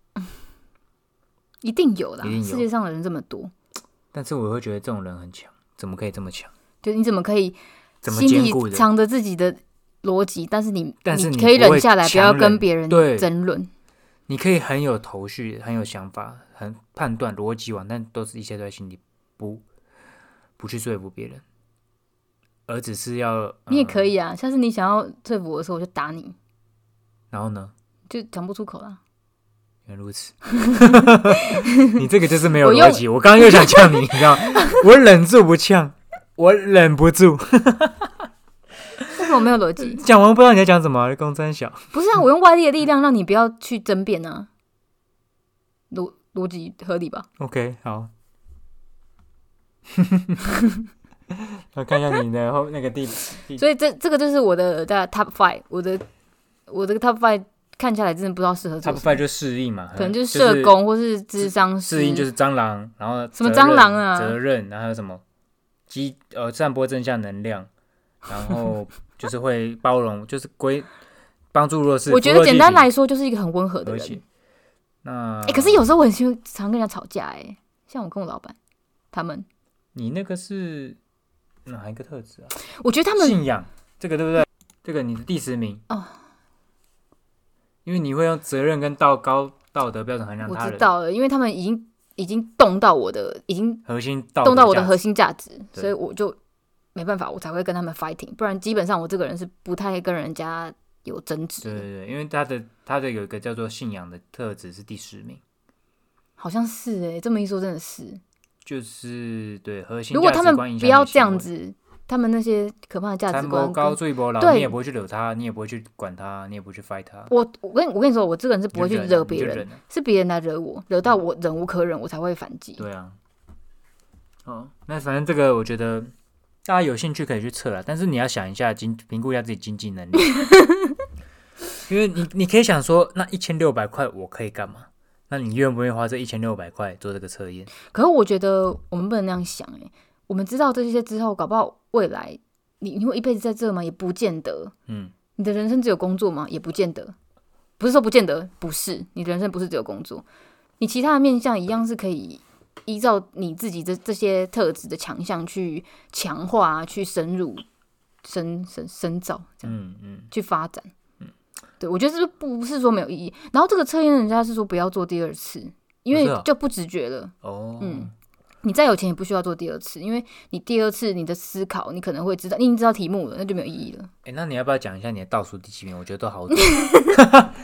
一定有啦，世界上的人这么多。 但是我会觉得这种人很强，怎么可以这么强？ 就你怎么可以心里藏着自己的逻辑，但是你可以忍下来，不要跟别人争论。 你可以很有头绪，很有想法，很判断逻辑网，但都是一切都在心里，不去说服别人，而只是要你也可以啊。下次你想要说服我的时候，我就打你。 然后呢？ 就讲不出口了。 原来如此，你这个就是没有逻辑。我刚刚又想呛你，你知道，我忍住不呛，我忍不住。 为什么没有逻辑？ 讲完不知道你在讲什么，公三小。 不是啊，我用外力的力量让你不要去争辩啊，逻辑合理吧 ？OK， 好。我看一下你的那个地。 所以这个就是我的Top 5，我这个 Top 5。看起来真的不知道适合做什么。 Top 5就适应嘛， 可能就是社工或是諮商師。 适应就是蟑螂，然后什么蟑螂啊？ 责任，然后还有什么散播正向能量，然后就是会包容，就是帮助弱势。 我觉得简单来说就是一个很温和的人。可是有时候我很常跟人家吵架像我跟我老板他们。 你那个是哪一个特质啊？ 我觉得他们信仰这个对不对？这个你的第10名哦。因为你会用责任跟高道德标准衡量他人。 我知道了，因为他们已经动到我的，动到我的核心价值，所以我就没办法，我才会跟他们 fighting。不然基本上我这个人是不太跟人家有争执。 对，因为他的有一个叫做信仰的特质是第10名， 好像是这么一说真的是。 就是对核心价值观。 如果他们不要这样子。他们那些可怕的价值观， 高最不老，你也不会去惹他，你也不会去管他，你也不会去 fight 他。 我跟你说，我这个人是不会去惹别人，是别人来惹我，惹到我忍无可忍，我才会反击。 对啊。那反正这个我觉得大家有兴趣可以去测啦，但是你要想一下，评估一下自己经济能力。因为你可以想说，那1600块我可以干嘛？那你愿不愿意花这1600块做这个测验？ 可是我觉得我们不能那样想我们知道这些之后，搞不好未来你会一辈子在这吗？也不见得。你的人生只有工作吗？也不见得。不是说不见得，不是，你的人生不是只有工作，你其他的面向一样是可以依照你自己这些特质的强项去强化、去深入、深造，这样去发展。对，我觉得这不是说没有意义。然后这个测验人家是说不要做第2次，因为就不直觉了。你再有钱也不需要做第2次，因为你第2次你的思考，你可能会知道，你已经知道题目了，那就没有意义了。 那你要不要讲一下你的倒数第几名？我觉得都好准。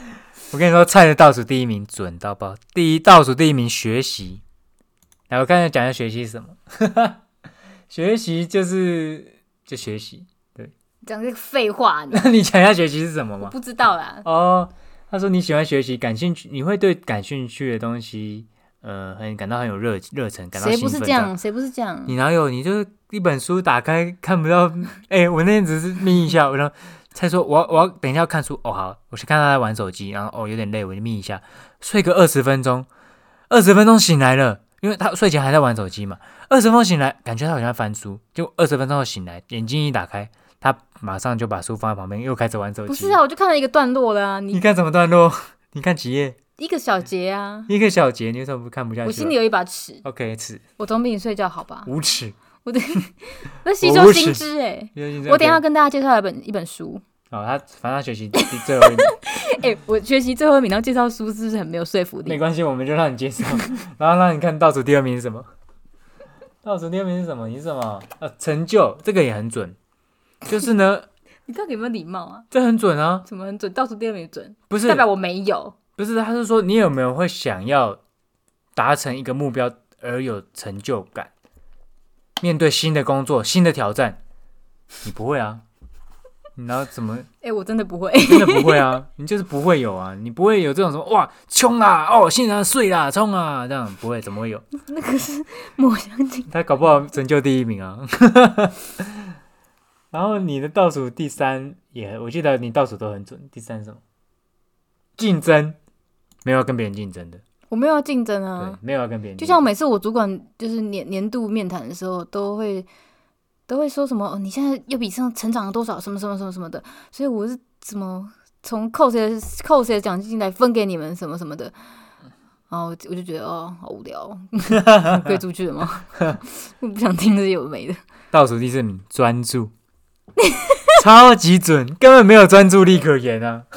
我跟你说，菜的倒数第一名准到爆，倒数第一名学习。来，我刚才讲一下学习是什么？学习就学习，对。 讲这个废话， 那你讲一下学习是什么吗？ 我不知道啦。 哦，他说你喜欢学习，感兴趣，你会对感兴趣的东西，感到很有热忱，感到兴奋。 谁不是这样？谁不是这样？ 你哪有？你就是一本书打开看不到，我那天只是眯一下，然后才说我要等一下要看书。哦，好，我去看他在玩手机，然后有点累，我就眯一下，睡个20分钟，20分钟醒来了，因为他睡前还在玩手机嘛。20分钟醒来，感觉他好像在翻书，就20分钟后醒来，眼睛一打开。他马上就把书放在旁边，又开始玩手机。 不是啊，我就看了一个段落了啊。 你看什么段落？你看几页？ 一个小节啊。 一个小节，你为什么看不下去？ 我心里有一把尺。 OK， 尺。 我总比你睡觉好吧？ 无耻。 我吸收新知我等一下要跟大家介绍一本书。 反正他学习最后一名。 我学习最后一名，然后介绍书是不是很没有说服力？ 没关系，我们就让你介绍，然后让你看倒数第2名是什么。倒数第2名是什么？你是什么？成就，这个也很准。就是呢， 你到底有没有礼貌啊？ 这很准啊！ 什么很准？倒数第2名准？ 不是代表我没有？ 不是，他是说你有没有会想要达成一个目标而有成就感？面对新的工作、新的挑战，你不会啊？你然后怎么？ 我真的不会， 真的不会啊！你就是不会有啊！你不会有这种什么哇冲啊现在睡啦冲啊这样不会，怎么会有？ 那个是抹香鲸， 他搞不好成就第1名啊！然后你的倒数第3我记得你倒数都很准。第3是什么？竞争，没有要跟别人竞争的。 我没有要竞争啊， 对，没有要跟别人竞争。 就像每次我主管就是年度面谈的时候，都会说什么你现在又比上成长了多少什么什么什么什么的，所以我是怎么从扣谁的奖金来分给你们什么什么的。然后我就觉得好无聊，可以出去了吗？我不想听这些有没的。 倒数第4名，专注。超级准，根本没有专注力可言啊！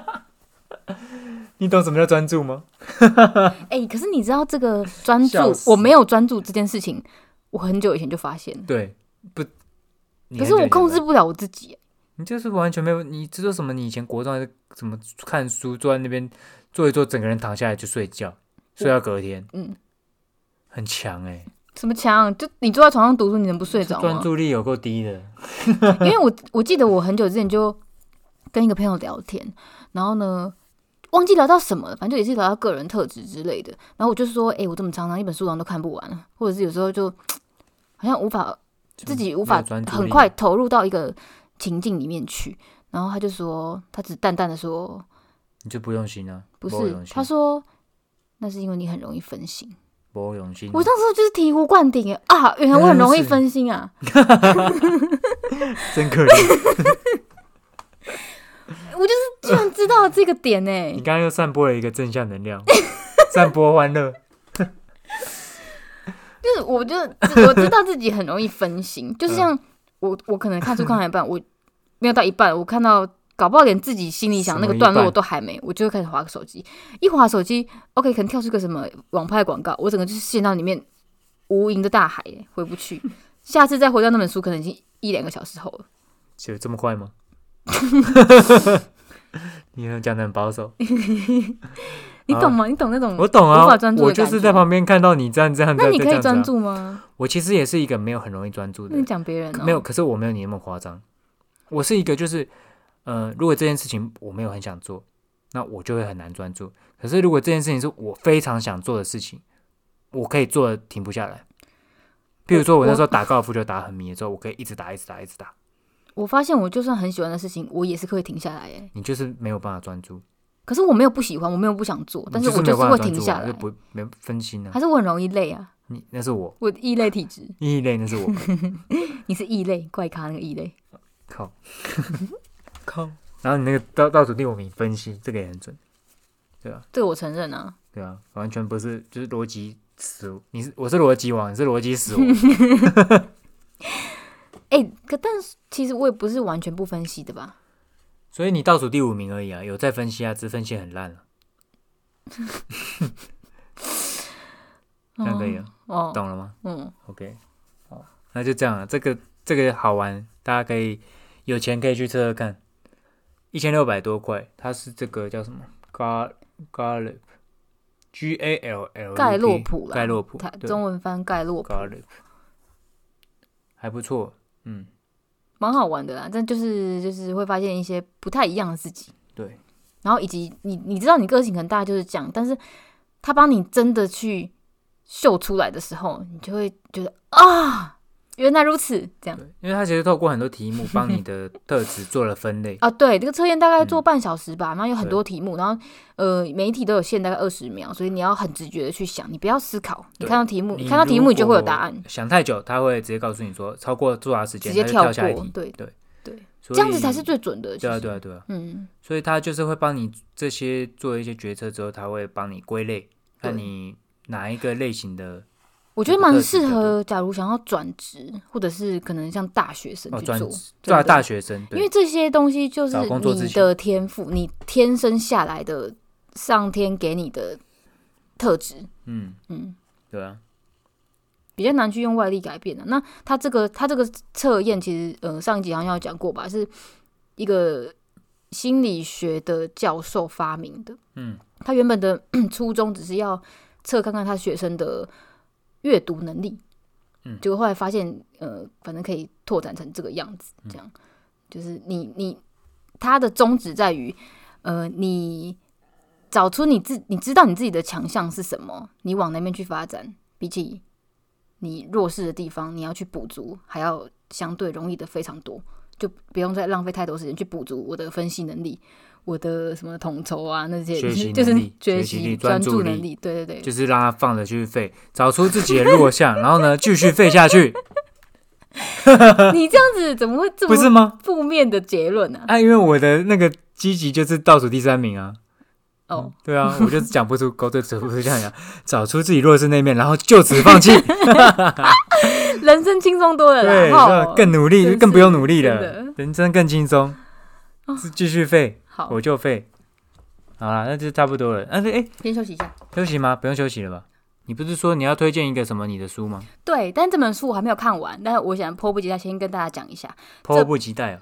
你懂什么叫专注吗？ 可是你知道这个专注，我没有专注这件事情，我很久以前就发现。 对， 可是我控制不了我自己。 你就是完全没有，你知道什么？你以前国中还是什么看书，坐在那边坐一坐，整个人躺下来就睡觉，睡到隔天，很强什么强？就你坐在床上读书，你能不睡着吗？ 专注力有够低的。 因为我记得我很久之前就跟一个朋友聊天，然后呢忘记聊到什么了，反正就也是聊到个人特质之类的。然后我就说，我这么常一本书都看不完了，或者是有时候就好像自己无法很快投入到一个情境里面去。然后他就说，他只淡淡的说， 你就不用心啊？ 不是，他说那是因为你很容易分心。 不用心， 我当时就是醍醐灌顶原来我很容易分心啊！ 真可怜。 我就是居然知道这个点你刚刚又散播了一个正向能量，散播欢乐。 就是我知道自己很容易分心，就是像我可能看书看到一半，我没有到一半，我看到搞不好连自己心里想那个段落我都还没，我就会开始滑个手机。一滑手机 ，OK， 可能跳出个什么网拍广告，我整个就是陷到里面无垠的大海，回不去。下次再回到那本书，可能已经1-2个小时后了。 就这么快吗？你讲得很保守。 你懂吗？你懂那种我懂啊， 无法专注的感觉。 我就是在旁边看到你这样。 那你可以专注吗？ 我其实也是一个没有很容易专注的人。 你讲别人没有，可是我没有你那么夸张。我是一个就是如果这件事情我没有很想做，那我就会很难专注。可是如果这件事情是我非常想做的事情，我可以做的停不下来。譬如说我那时候打高尔夫球打很迷的时候，我可以一直打。 我发现我就算很喜欢的事情，我也是可以停下来。 你就是没有办法专注。 可是我没有不喜欢，我没有不想做，但是我就是会停下来， 就没有分心啊。 还是我很容易累啊？ 那是我异类体质。 异类那是我。 你是异类，怪咖那个异类。 靠。然后你那个倒数第5名分析，这个也很准，对吧？ 这个我承认啊。 对啊，完全不是，就是逻辑死我。我是逻辑王，你是逻辑死我。 但是其实我也不是完全不分析的吧？ 所以你倒数第5名而已啊，有在分析啊，只分析很烂了。这样可以了，懂了吗？OK， 好，那就这样了。这个好玩，大家可以有钱可以去测测看，1600多块，它是这个叫什么 Gallup GALLUP 盖洛普啦， 盖洛普， 中文翻盖洛普 Gallup 还不错， 蛮好玩的啦。但就是会发现一些不太一样的自己， 对。 然后以及你知道你个性可能大概就是这样，但是他帮你真的去秀出来的时候，你就会觉得啊，原来如此，这样。 因为他其实透过很多题目帮你的特质做了分类啊。对，这个测验大概做半小时吧，然后有很多题目，然后每一题都有限大概20秒，所以你要很直觉的去想，你不要思考，你看到题目你就会有答案。 想太久，他会直接告诉你说超过作答时间， 直接跳下一题。 对，这样子才是最准的。 对啊，所以他就是会帮你这些做一些决策之后，他会帮你归类，看你哪一个类型的。 我觉得蛮适合，假如想要转职，或者是可能像大学生去做， 大学生， 因为这些东西就是你的天赋，你天生下来的上天给你的特质， 对啊， 比较难去用外力改变的。那他这个测验其实上一集好像有讲过吧，是一个心理学的教授发明的。他原本的初衷只是要测看看他学生的阅读能力，结果后来发现，反正可以拓展成这个样子，这样就是他的宗旨在于，你找出你知道你自己的强项是什么，你往那边去发展，比起你弱势的地方，你要去补足，还要相对容易的非常多，就不用再浪费太多时间去补足我的分析能力。我的什么统筹啊，那些就是学习力、专注能力，对， 就是让他放着去废，找出自己的弱项，然后呢继续废下去。 你这样子怎么会这么不是吗？负面的结论啊？ 因为我的那个积极就是倒数第3名啊。对啊，我就是讲不出狗对这样讲，找出自己弱势那面，然后就此放弃。 人生轻松多了啦， 对，更努力，更不用努力了，人生更轻松，继续废。我就废，好啦，那就差不多了。 先休息一下。 休息吗？不用休息了吧？你不是说你要推荐一个什么你的书吗？ 对，但这本书我还没有看完，但是我想迫不及待先跟大家讲一下。 迫不及待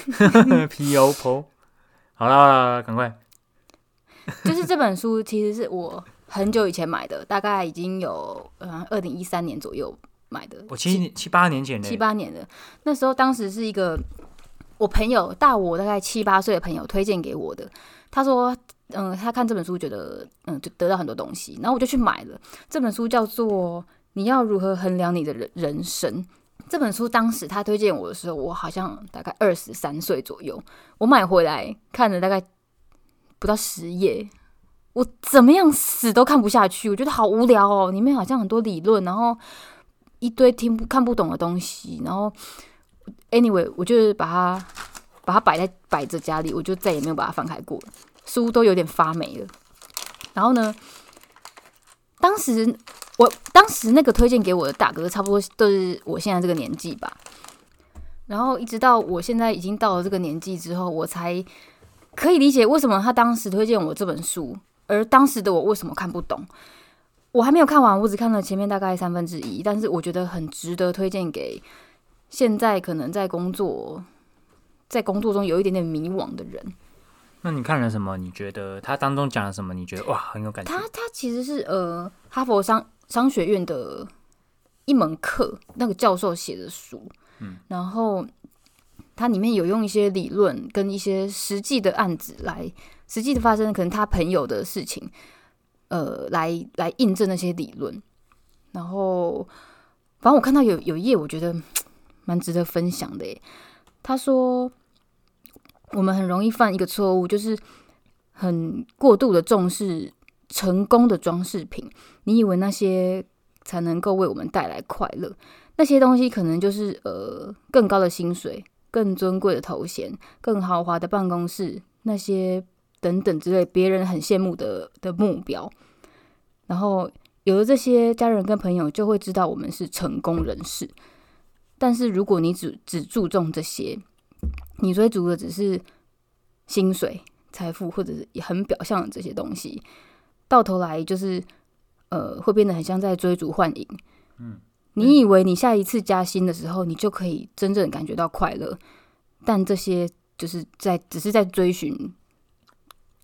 PO。好啦，赶快。 就是这本书其实是我很久以前买的，大概已经有2013年左右买的。 我7、8年前的。 7、8年的，那时候当时是一个。我朋友大我大概7、8岁的朋友推荐给我的，他说，他看这本书觉得，就得到很多东西，然后我就去买了。这本书叫做《你要如何衡量你的人生》。这本书当时他推荐我的时候，我好像大概23岁左右。我买回来看了大概不到10页，我怎么样死都看不下去，我觉得好无聊哦。里面好像很多理论，然后一堆看不懂的东西，然后。Anyway， 我就是把它摆着家里，我就再也没有把它翻开过了，书都有点发霉了。然后呢，当时那个推荐给我的大哥，差不多都是我现在这个年纪吧。然后一直到我现在已经到了这个年纪之后，我才可以理解为什么他当时推荐我这本书，而当时的我为什么看不懂。我还没有看完，我只看了前面大概1/3，但是我觉得很值得推荐给。现在可能在工作中有一点点迷惘的人。 那你看了什么？你觉得他当中讲了什么？你觉得哇很有感觉？ 他其实是哈佛商学院的一门课，那个教授写的书。然后他里面有用一些理论跟一些实际的案子来实际的发生可能他朋友的事情，来印证那些理论。然后反正我看到有一页，我觉得。蛮值得分享的耶。他说，我们很容易犯一个错误，就是很过度的重视成功的装饰品。你以为那些才能够为我们带来快乐，那些东西可能就是更高的薪水、更尊贵的头衔、更豪华的办公室，那些等等之类，别人很羡慕的目标。然后有了这些，家人跟朋友就会知道我们是成功人士。但是如果你只注重这些，你追逐的只是薪水、财富，或者是很表象的这些东西，到头来就是会变得很像在追逐幻影。你以为你下一次加薪的时候，你就可以真正感觉到快乐，但这些就是只是在追寻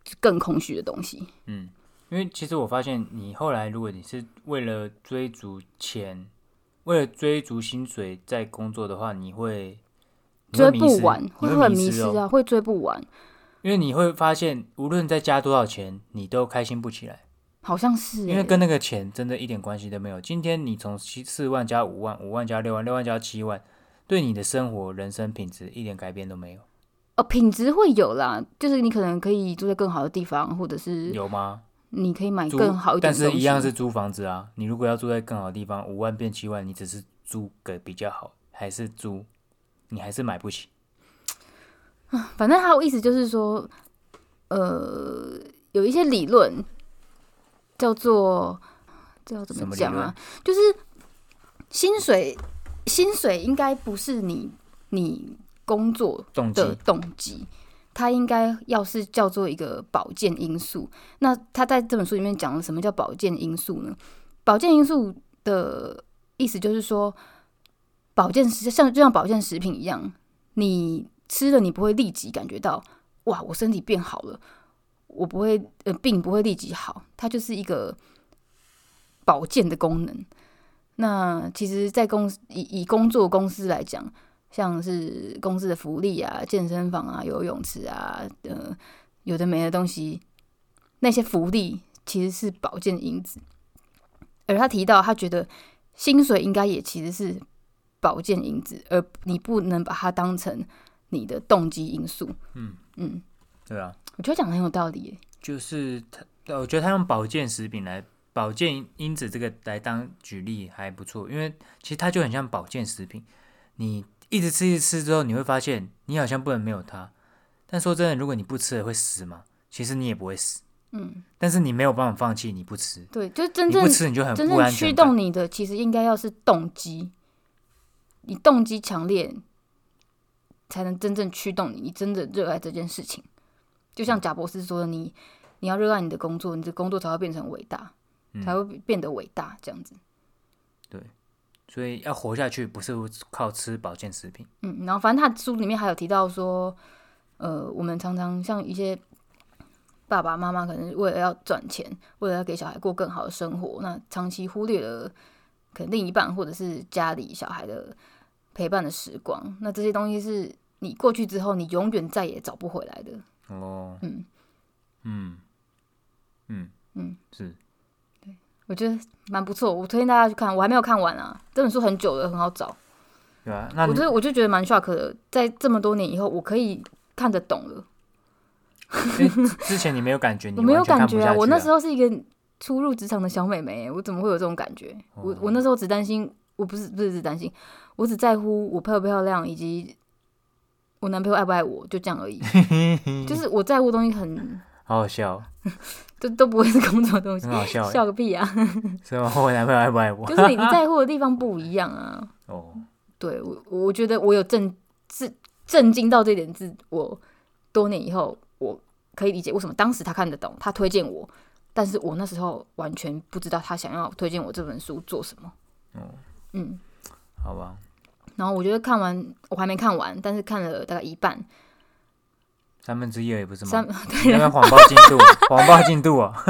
更空虚的东西。 因为其实我发现，你后来如果你是为了追逐钱，为了追逐薪水在工作的话，你会追不完， 会很迷失啊，会追不完。 因为你会发现，无论再加多少钱，你都开心不起来。 好像是因为跟那个钱真的一点关系都没有。今天你从4万加5万，5万加6万，6万加7万，对你的生活、人生品质一点改变都没有。 品质会有啦，就是你可能可以住在更好的地方，或者是有吗？ 你可以买更好一点的东西， 但是一样是租房子啊。你如果要住在更好的地方，5万变7万，你只是租个比较好，还是租，你还是买不起。 反正他的意思就是说，有一些理论叫做这要怎么讲啊？就是薪水应该不是你工作的动机，它应该要是叫做一个保健因素。那他在这本书里面讲了什么叫保健因素呢？保健因素的意思就是说，就像保健食品一样，你吃了你不会立即感觉到哇，我身体变好了，我不会病不会立即好，它就是一个保健的功能。那其实在以工作公司来讲，像是公司的福利啊、健身房啊、游泳池啊，有的没的东西，那些福利其实是保健因子。而他提到，他觉得薪水应该也其实是保健因子，而你不能把它当成你的动机因素。 对啊， 我觉得讲得很有道理耶。 就是我觉得他用保健食品保健因子这个来当举例还不错，因为其实它就很像保健食品，你一直吃之后，你会发现你好像不能没有它。但说真的，如果你不吃了会死吗？其实你也不会死。但是你没有办法放弃，你不吃。 对，就真正你不吃你就很不安全感。 真正驱动你的，其实应该要是动机。你动机强烈，才能真正驱动你，你真的热爱这件事情。就像贾博士说的，你要热爱你的工作，你的工作才会变成伟大，才会变得伟大，这样子。 对，所以要活下去，不是靠吃保健食品。 然后反正他书里面还有提到说，我们常常像一些爸爸妈妈，可能为了要赚钱，为了要给小孩过更好的生活，那长期忽略了可能另一半或者是家里小孩的陪伴的时光。那这些东西是你过去之后，你永远再也找不回来的。 是， 对，我觉得蛮不错，我推荐大家去看，我还没有看完啊，这本书很久了，很好找。 对啊， 我就觉得蛮 shock 的，在这么多年以后，我可以看得懂了。 之前你没有感觉， 我没有感觉啊，我那时候是一个初入职场的小妹妹，我怎么会有这种感觉？我那时候只担心，我不是只担心，我只在乎我漂不漂亮，以及我男朋友爱不爱我，就这样而已。就是我在乎的东西很好笑， 都不会是工作的东西， 很好笑， 笑个屁啊！ 是吗？我男朋友爱不爱我？ 就是你在乎的地方不一样啊。对，我觉得我有震惊到这点，是我多年以后我可以理解为什么当时他看得懂，他推荐我，但是我那时候完全不知道他想要推荐我这本书做什么。 好吧。 然后我觉得看完，我还没看完，但是看了大概一半 1/3而已，不是吗？ 对， 那个谎报进度啊。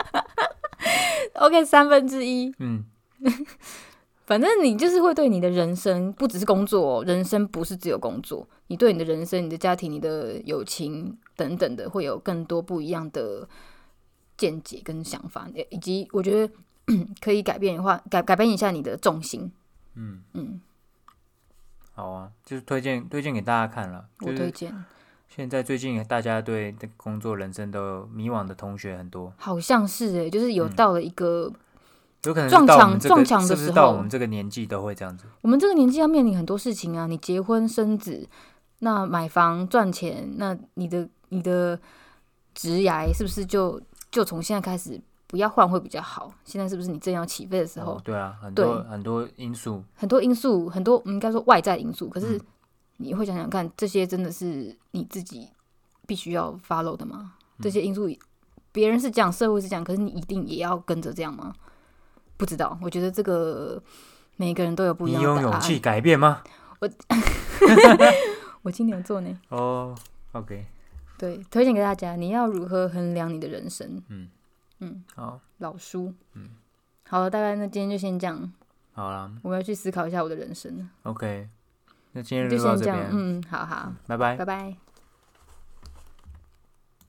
OK， 1/3。反正你就是会对你的人生，不只是工作人生不是只有工作，你对你的人生、你的家庭、你的友情等等的，会有更多不一样的见解跟想法，以及我觉得可以改变一下你的重心。 好啊，就是推荐给大家看了。 我推荐。 现在最近大家对工作人生都迷惘的同学很多， 好像是就是有到了一个。 有可能撞墙的时候， 是不是到我们这个年纪都会这样子？ 我们这个年纪要面临很多事情啊，你结婚生子，那买房赚钱，那你的职涯是不是就从现在开始不要换会比较好？现在是不是你正要起飞的时候？ 对啊，很多因素， 很多应该说外在因素。可是你会想想看，这些真的是你自己必须要 follow 的吗？这些因素别人是这样，社会是这样，可是你一定也要跟着这样吗？不知道，我觉得这个每个人都有不一样的答案。 你有勇气改变吗？ 我今年做呢。 OK， 对，推荐给大家，你要如何衡量你的人生？ 好， 老书，好了，大概那今天就先这样。 好啦， 我要去思考一下我的人生了。 OK，那今天就到这边。 好， 拜拜， 拜拜。